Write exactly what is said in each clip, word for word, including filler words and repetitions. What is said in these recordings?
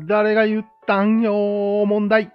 誰が言ったんよー問題。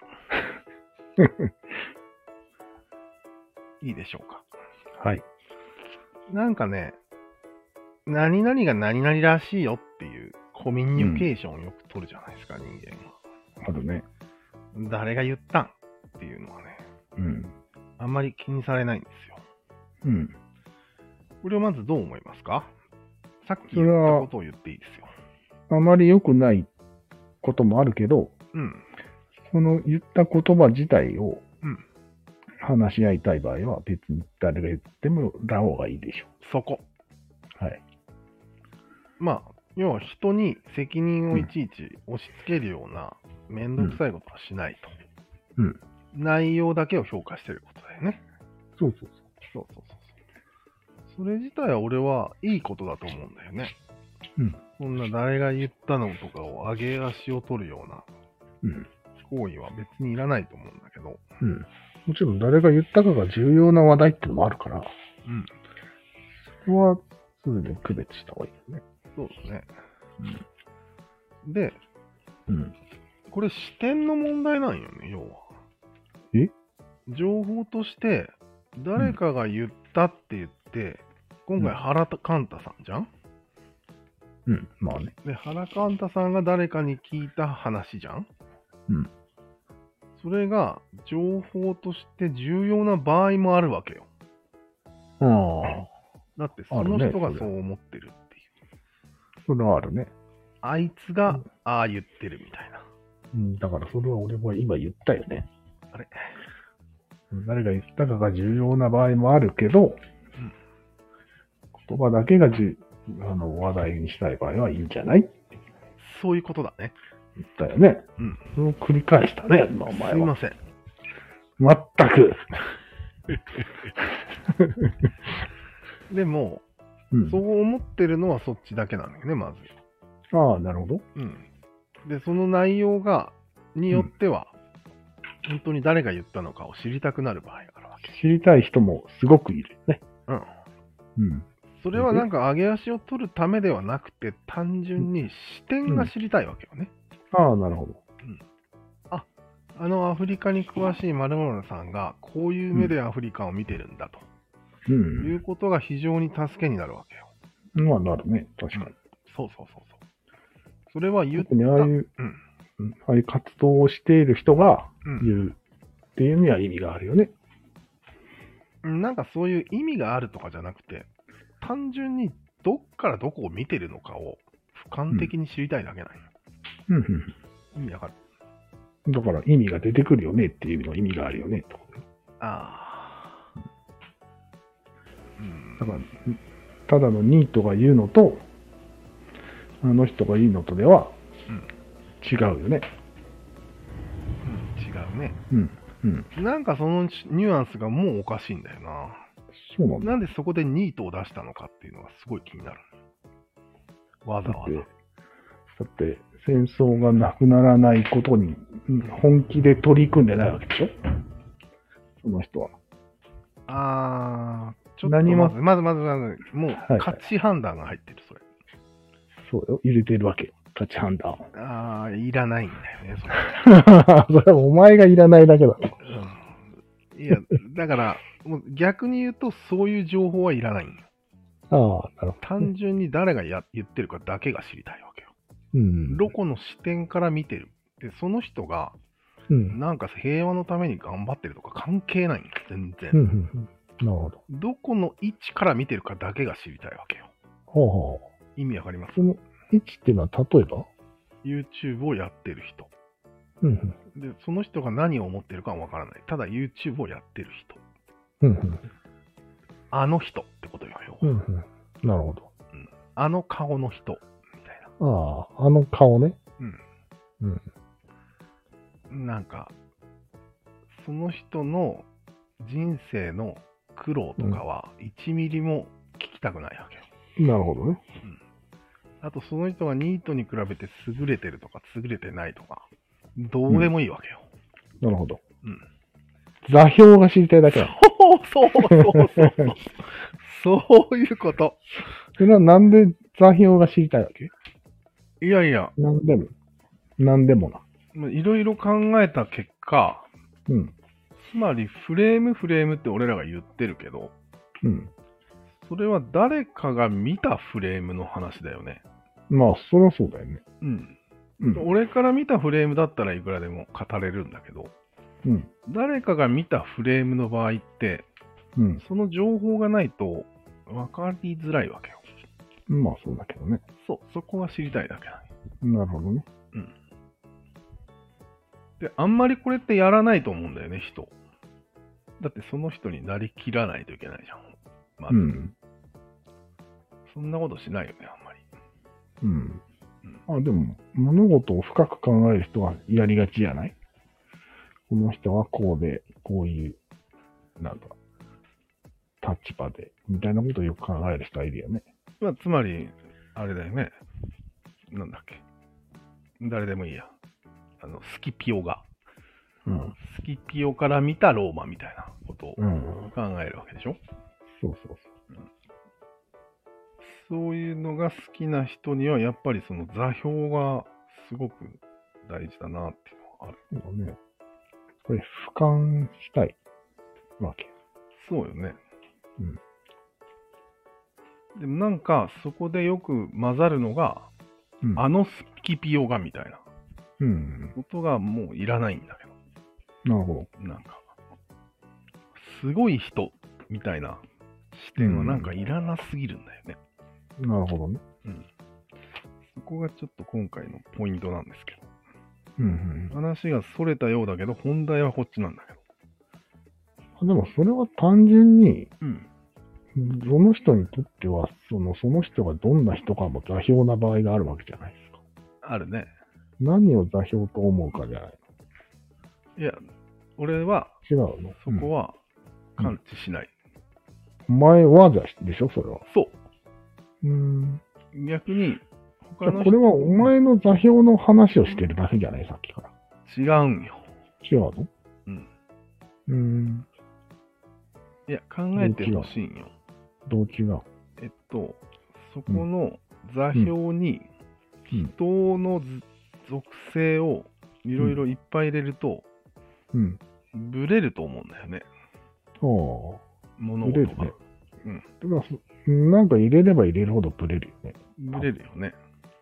いいでしょうか。 はい。 なんかね、何々が何々らしいよっていうコミュニケーションをよく取るじゃないですか、人間は。 あるね。 誰が言ったんっていうのはね、 うん。 あんまり気にされないんですよ。 うん。 これをまずどう思いますか？さっき言ったことを言っていいですよ。 あまり良くないこともあるけど、 うん。 その言った言葉自体をうん。 話し合いたい場合は別に誰が言ってもらおうがいいでしょそこ。 う。はい。 まあ、要は人に責任をいちいち押し付けるようなめんどくさいことはしないと。 うん。 内容だけを評価してることだよね。 そうそうそうそうそうそう。それ自体は俺はいいことだと思うんだよね。 そう。うん。 そんな誰が言ったのとかを上げ足を取るようなうん。 行為は別にいらないと思うんだけど。 うん。もちろん誰が言ったかが重要な話題っていうのもあるから、 うん。 それはそれで区別した方がいいよね。 そうですね。うん。で、 うん。 これ視点の問題なんよね、要は。 え？ 情報として誰かが言ったって言って、うん、今回原田寛太さんじゃん？ うん、まあね。 で、原寛太さんが誰かに聞いた話じゃん？ うん。 それが情報として重要な場合もあるわけよ。 ああ。 だってその人がそう思ってるっていう。 それはあるね。 あいつがああ言ってるみたいな。 うん、だからそれは俺も今言ったよね。 あれ？ 誰が言ったかが重要な場合もあるけど、うん、言葉だけがじあの話題にしたい場合はいいんじゃない？ そういうことだね。 言ったよね。 うん。 それを繰り返したね、今お前は。 すいません。 全く。 でも、うん、そう思ってるのはそっちだけなんだよね、まず。 ああ、なるほど。 うん。で、その内容が、によっては、うん、本当に誰が言ったのかを知りたくなる場合があるわけ。 知りたい人もすごくいるよね。 うん。 うん。 それはなんか上げ足を取るためではなくて、単純に視点が知りたいわけよね。 うん、ああ、なるほど。 うん。あ、あのアフリカに詳しい〇〇さんが、こういう目でアフリカを見てるんだと。うん。いうことが非常に助けになるわけよ。 まあ、なるね。確かに。うん、 そうそうそうそう。それは言った。 特にああいう、うん、ああいう活動をしている人が言うっていうには意味があるよね。 うん、なんかそういう意味があるとかじゃなくて、単純にどっからどこを見てるのかを俯瞰的に知りたいだけなんよ。 うんうん、 意味わかる？ だから意味が出てくるよねっていうの意味があるよねってこと。 ああ。 うん。だから、ただのニートが言うのと、あの人が言うのとでは違うよね。 うん、違うね。 うんうん。 なんかそのニュアンスがもうおかしいんだよな。 そうなんだ。 なんでそこでニートを出したのかっていうのがすごい気になる。わざわざ。 だって、だって戦争がなくならないことに本気で取り組んでないわけでしょ？その人は。あー、 ちょっとまず、まずまずまず、もう価値判断が入ってる、それ。 そうよ、入れてるわけよ。価値判断。 ああ、いらないんだよね、それ。それはお前がいらないだけだろ。 うん、いや、だから、もう逆に言うと、そういう情報はいらないんよ。 ああ、なるほど、ね。 単純に誰がや言ってるかだけが知りたいわけよ。 うん。 どこの視点から見てる。で、その人が、うん、なんか平和のために頑張ってるとか関係ないんよ、全然。 うんうんうん、なるほど。 どこの位置から見てるかだけが知りたいわけよ。 ほうほう。 意味わかります？ その位置っていうのは例えば YouTube をやってる人。 うんうん、 で、その人が何を思ってるかはわからない。ただ YouTube をやってる人。 うんうん、 あの人ってことよ。 うんうん、なるほど、 うん。あの顔の人。みたいな。 ああ、あの顔ね。 うん。うん。なんか、その人の人生の苦労とかはいちミリも聞きたくないわけよ。なるほどね。 うん。あとその人がニートに比べて優れてるとか優れてないとか、どうでもいいわけよ。 うん、なるほど。 うん。 座標が知りたいだけだ。 そうそうそうそう。そういうこと。 それはなんで座標が知りたいわけ？ いやいや。 なんでも。 なんでもな。 まあいろいろ考えた結果、 うん。 つまりフレームフレームって俺らが言ってるけど、 うん。 それは誰かが見たフレームの話だよね。 まあ、そりゃそうだよね。 うん。 うん。 俺から見たフレームだったらいくらでも語れるんだけど、 うん。 誰かが見たフレームの場合って、 うん。 その情報がないと分かりづらいわけよ。 まあ、そうだけどね。 そう、そこは知りたいだけだね。 なるほどね。 うん。で、あんまりこれってやらないと思うんだよね、人。だってその人になりきらないといけないじゃん。まず。 うん。 そんなことしないよね、あんまり。 うん。あ、でも、物事を深く考える人はやりがちじゃない？この人はこうで、こういう、なんだ、立場で、みたいなことをよく考える人はいるよね。 まあ、つまり、あれだよね。なんだっけ。誰でもいいや。あの、スキピオが。 うん。 スキピオから見たローマみたいなことをうん。 考えるわけでしょ。 そうそうそういうのが好きな人には、やっぱりその座標がすごく大事だなっていうのがある。 そう。そうだね。これ、俯瞰したいわけ。 そうよね。 うん。 でもなんか、そこでよく混ざるのが、 うん。 あのスキピオがみたいなうん。 ことがもういらないんだけど。 なるほなんか、すごい人みたいな視点はなんかいらなすぎるんだよね。 ど。なるほどね。 うん。そこがちょっと今回のポイントなんですけど。 うんうん。 話が逸れたようだけど、本題はこっちなんだけど。 でも、それは単純に、 うん。 その人にとっては、その、その人がどんな人かも座標な場合があるわけじゃないですか。 あるね。 何を座標と思うかじゃないいや、俺はの。違うの。 そこは感知しない。 お前はじゃでしょ、それは。 そうーん。 う。逆に、 じ他のゃあこれはお前の座標の話をしてるだけじゃない、さっきから。 違うんよ。 違うの？ うん。 うーん。 いや、考えてほしいんよ。 どう違う？ えっと、そこの座標にうん。 人のず属性をいろいろいっぱい入れると、 うん。 ブレると思うんだよね。 ああ。 物事が。 ブレるね。 うん。 だからそなんか入れれば入れるほどブレるよね。 ブレるよね。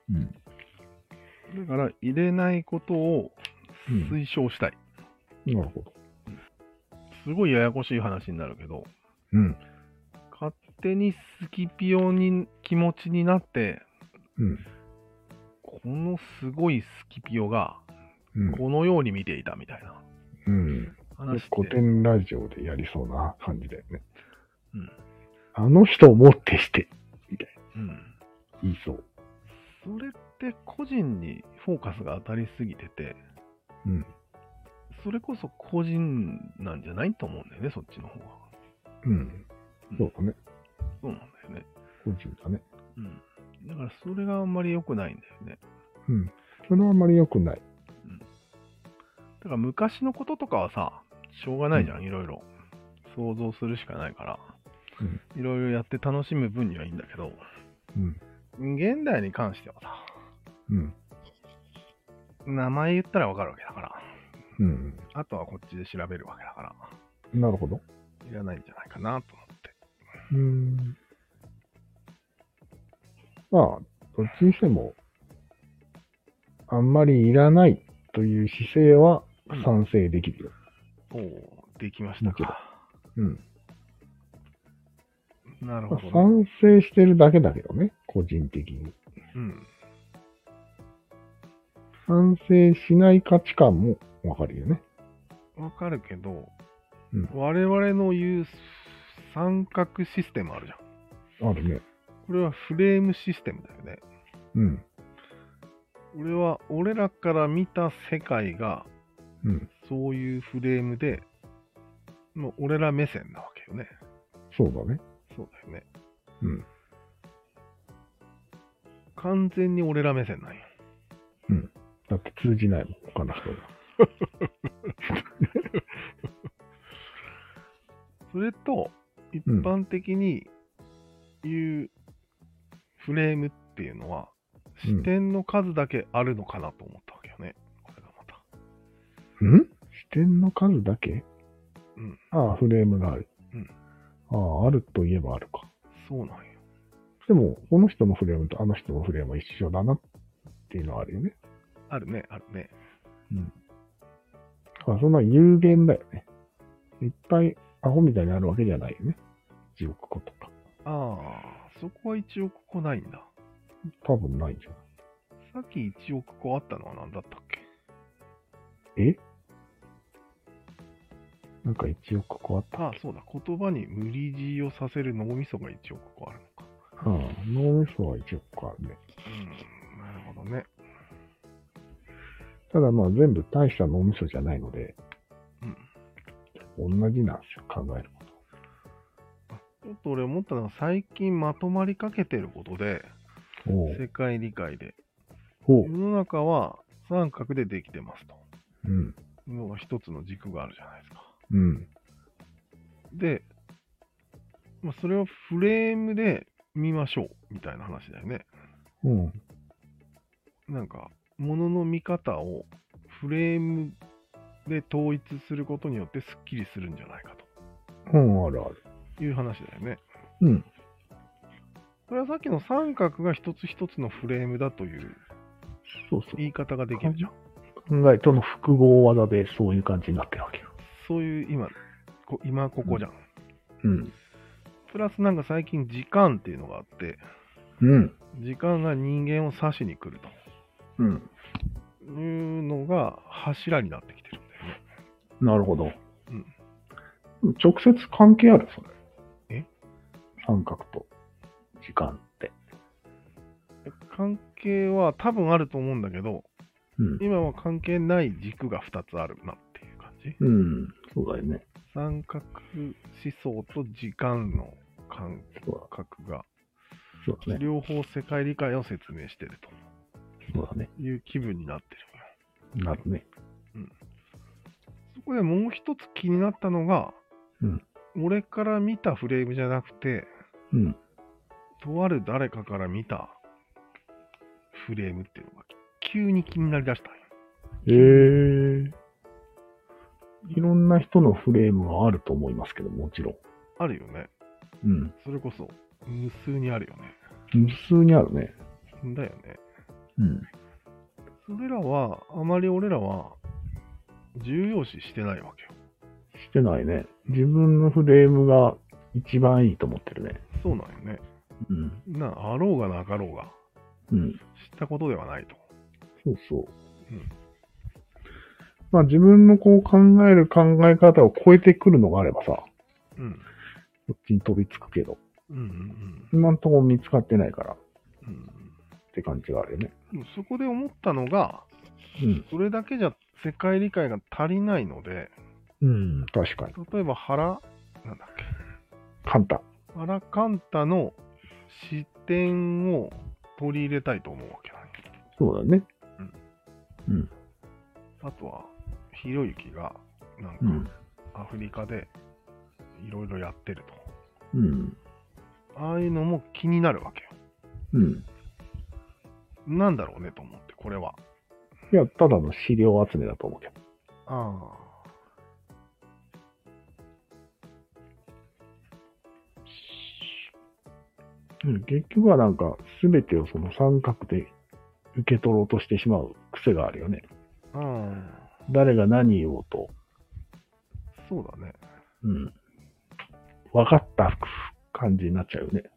うん。 だから、入れないことをうん。 推奨したい。 なるほど。 すごいややこしい話になるけど、 うん。 勝手にスキピオに気持ちになって、 うん。 このすごいスキピオがうん。 このように見ていたみたいなうん。 話って。 古典ラジオでやりそうな感じだよね。 うん。 あの人をもってして、みたいうん。 な。言いそう。 それって個人にフォーカスが当たりすぎてて、 うん。 それこそ個人なんじゃないと思うんだよね、そっちの方が。 うん。そうだね。 そうなんだよね。 個人だね。 うん。だからそれがあんまり良くないんだよね。 うん。それはあまり良くない。 だから昔のこととかはさ、しょうがないじゃん、いろいろ。想像するしかないから、 うん。 いろいろやって楽しむ分にはいいんだけど、 うん。 現代に関してはさ、 うん。 名前言ったらわかるわけだから、 うん。 あとはこっちで調べるわけだから、 なるほど。 いらないんじゃないかなと思って。 うーん。まあ、どっちにしても、あんまりいらないという姿勢は賛成できるよ。 おお、できましたか。 うん。 なるほど、ね。 賛成してるだけだけどね、個人的に。 うん。 賛成しない価値観もわかるよね。 わかるけど、 うん我々の言う三角システムあるじゃん。 あるね。 これはフレームシステムだよね。 うん。 俺は、俺らから見た世界が、 うん。 そういうフレームで、もう俺ら目線なわけよね。 そうだね。 そうだよね。 うん。 完全に俺ら目線なんよ。 うん。だって通じないもん、他の人が。 それと、一般的に言うフレームっていうのは、 うん視点の数だけあるのかなと思ったわけよね。これがまた。 ん視点の数だけ？ うん。 ああ、フレームがある。 うん。 ああ、あるといえばあるか。 そうなんよ。 でも、この人のフレームとあの人のフレームは一緒だなっていうのはあるよね。 あるね、あるね。 うん。あ、そんな有限だよね。いっぱいアホみたいにあるわけじゃないよね。いちおくことか。 ああ、そこはいちおく個ないんだ。 多分ないんじゃさっきいちおく個あったのは何だったっけ？ ない？えなんかいちおく個あったああ、そうだ。言葉に無理強いをさせる脳みそがいちおく個あるのか。 うん。脳みそはいちおく個あるね。 うん、なるほどね。 ただまあ全部大した脳みそじゃないので、 うん。 同じなんですよ、考えるこちょっと俺思ったのは最近まとまりかけてることで、 と。おう。 世界理解で、 おう。 世の中は三角でできてますと。 うん。 のが一つの軸があるじゃないですか。 うん。 で、まあ、それをフレームで見ましょうみたいな話だよね。 うん。 なんか、物の見方をフレームで統一することによってスッキリするんじゃないかうん、あるある。 という話だよね。 うん。 これはさっきの三角が一つ一つのフレームだというそうそう。 言い方ができるじゃん。 考えとの複合技でそういう感じになってるわけよ。 そういう今、こ今ここじゃん。 うん。 プラスなんか最近時間っていうのがあって、 うん。 時間が人間を指しに来るうん。 というのが柱になってきてるんだよね。 なるほど。 うん。 直接関係あるそれ。 え？ 三角と時間って。 関係は多分あると思うんだけど、 うん。 今は関係ない軸がふたつあるなっていう感じ。 うん。そうだよね。 三角思想と時間の感覚が、 そうだね。 両方世界理解を説明してるそうだね。 という気分になってるよ。 なるね。 そこでもう一つ気になったのが、 うん。 俺から見たフレームじゃなくて、 うん。 とある誰かから見たフレームっていうのが急に気になりだしたんよ。 えー。いろんな人のフレームはあると思いますけど、もちろん。 あるよね。 うん。 それこそ無数にあるよね。 無数にあるね。 だよね。 うん。 それらは、あまり俺らは重要視してないわけよ。 してないね。自分のフレームが一番いいと思ってるね。 そうなんよね。 うん。 な、あろうがなかろうが、 うん。 知ったことではないと。 そうそう。 うん。 まあ自分のこう考える考え方を超えてくるのがあればさ、 うん。 こっちに飛びつくけど、 うんうん今んとこ見つかってないからっうん。うん。 て感じがあるよね。 でもそこで思ったのが、 うん。 それだけじゃ世界理解が足りないので、 うん、確かに。 例えば原、なんだっけ、 簡単。 原カンタの視点を取り入れたいと思うわけなんよ。 そうだね。 うん。 うん。 あとは、ひろゆきが、なんか、 うん。 アフリカでいろいろやってると。 うん。 ああいうのも気になるわけよ。 うん。 なんだろうねと思って、これは。 いや、ただの資料集めだと思うけど。 ああ。 うん、結局はなんか、すべてをその三角で受け取ろうとしてしまう癖があるよね。 ああ。 誰が何言おうと。 そうだね。 うん。分かった感じになっちゃうよね。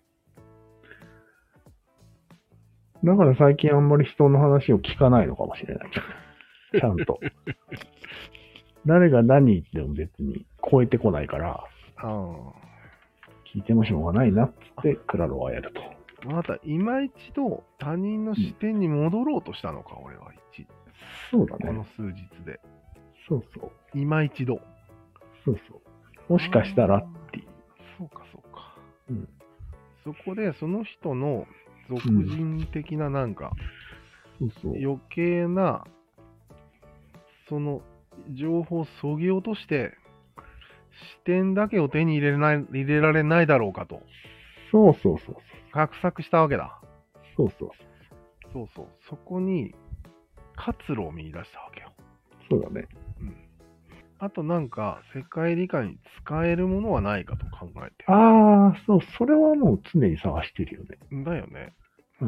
だから最近あんまり人の話を聞かないのかもしれない。ちゃんと。誰が何言っても別に超えてこないから、 ああ。 聞いてもしょうがないなっつってクラロはやると。 また、今一度他人の視点に戻ろうとしたのか、俺は一。 そうだね。 この数日で。 そうそう。 今一度。 そうそう。もしかしたらっていう。 そうか、そうか。 うん。 そこで、その人の俗人的ななんか、 そうそう。 余計な、その情報をそぎ落として、視点だけを手に入れない、入れられないだろうかと、 そうそうそう。 画策したわけだ。 そうそうそうそう。そこに、 活路を見出したわけよ。 そうだね。 うん。あとなんか、世界理解に使えるものはないかと考えてああ、そう、それはもう常に探してるよね。 る。だよね。 うん。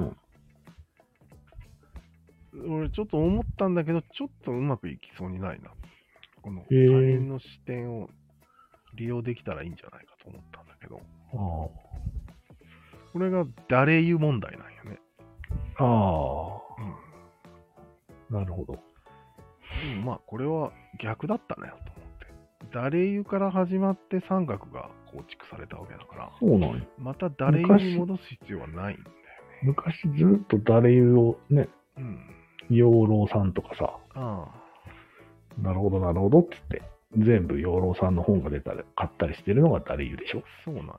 俺ちょっと思ったんだけど、ちょっとうまくいきそうにないな。この他へー人の視点を利用できたらいいんじゃないかと思ったんだけど、 あこれが誰言う問題なんよね。 あ。あうん。 あ。なるほど。 でもまあ、これは逆だったねと思って。誰言うから始まって三角が構築されたわけだから、 そうなんよ。 また誰言うに戻す必要はないんだよね。 昔ずっと誰言うをね、 うん。 養老さんとかさ、 あなるほどなるほどっつって、全部養老さんの本が出たり、買ったりしてるのが誰言うでしょ。 あ、そうなんよ。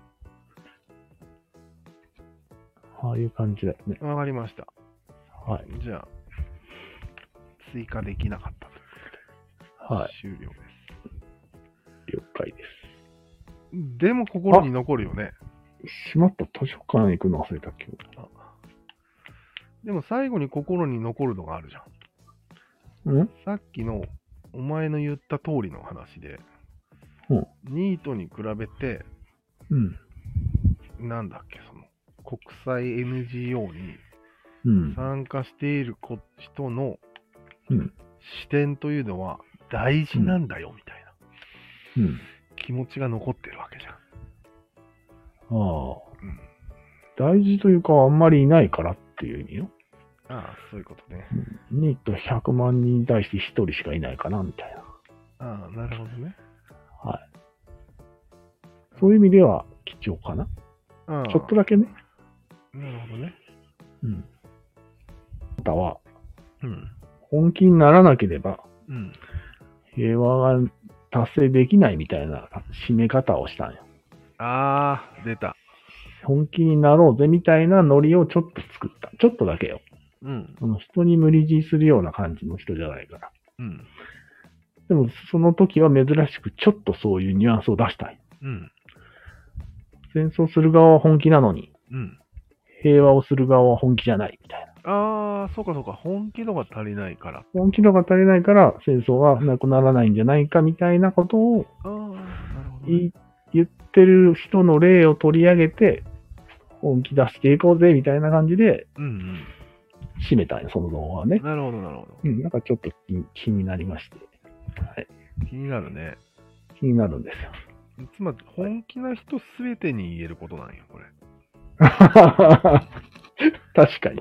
ああいう感じだよね。 わかりました。 はい。 じゃあ、追加できなかったということで、 はい。 終了で了解です。でも心に残るよね。 す。しまった、図書館行くの忘れた今日。 あでも最後に心に残るのがあるじゃん。 うんさっきのお前の言った通りの話で、 うんニートに比べて、 うん。 なんだっけ、その、国際 エヌジーオー にうん。 参加しているこ人のうん。 視点というのは大事なんだよ、みたいなうん。 気持ちが残ってるわけじゃん。 ああ。 うん。 大事というか、あんまりいないからっていう意味よ。 ああ、そういうことね。 ニートひゃくまんにんに対してひとりしかいないかな、みたいな。 ああ、なるほどね。 はい。そういう意味では貴重かな。 ああ、 ちょっとだけね。 なるほどね。 うん。あなたは、 うん。 本気にならなければ、 うん。 平和が達成できないみたいな締め方をしたんよ。 ああ、出た。 本気になろうぜみたいなノリをちょっと作った。ちょっとだけよ。 うん。 その人に無理強いするような感じの人じゃないから。 うん。 でも、その時は珍しくちょっとそういうニュアンスを出したい。 うん。 戦争する側は本気なのに、 うん。 平和をする側は本気じゃないみたいな。 ああ、そうかそうか。本気度が足りないから。 本気度が足りないから戦争はなくならないんじゃないかみたいなことをああ、なるほど、ね。 言い言ってる人の例を取り上げて、本気出していこうぜみたいな感じでうん締めたんよ、その動画はねうん。。なるほど、なるほど。 うん、なんかちょっと気気になりまして。はい。 気になるね。 気になるんですよ。 つまり、本気な人すべてに言えることなんよ、これ。 確かに。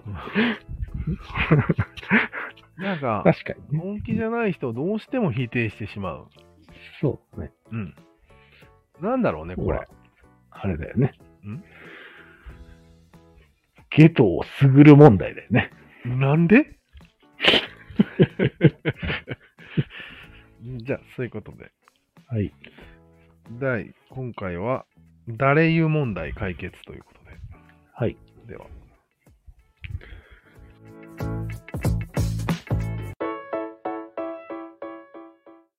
なんか、 確かにね。 本気じゃない人をどうしても否定してしまう。 そうね。 うん。なんだろうね、これ。 あれだよね。 んゲトをすぐる問題だよね。 なんでじゃあ、そういうことで。 はい。 第、今回は、誰言う問題解決ということで。 はい。 では。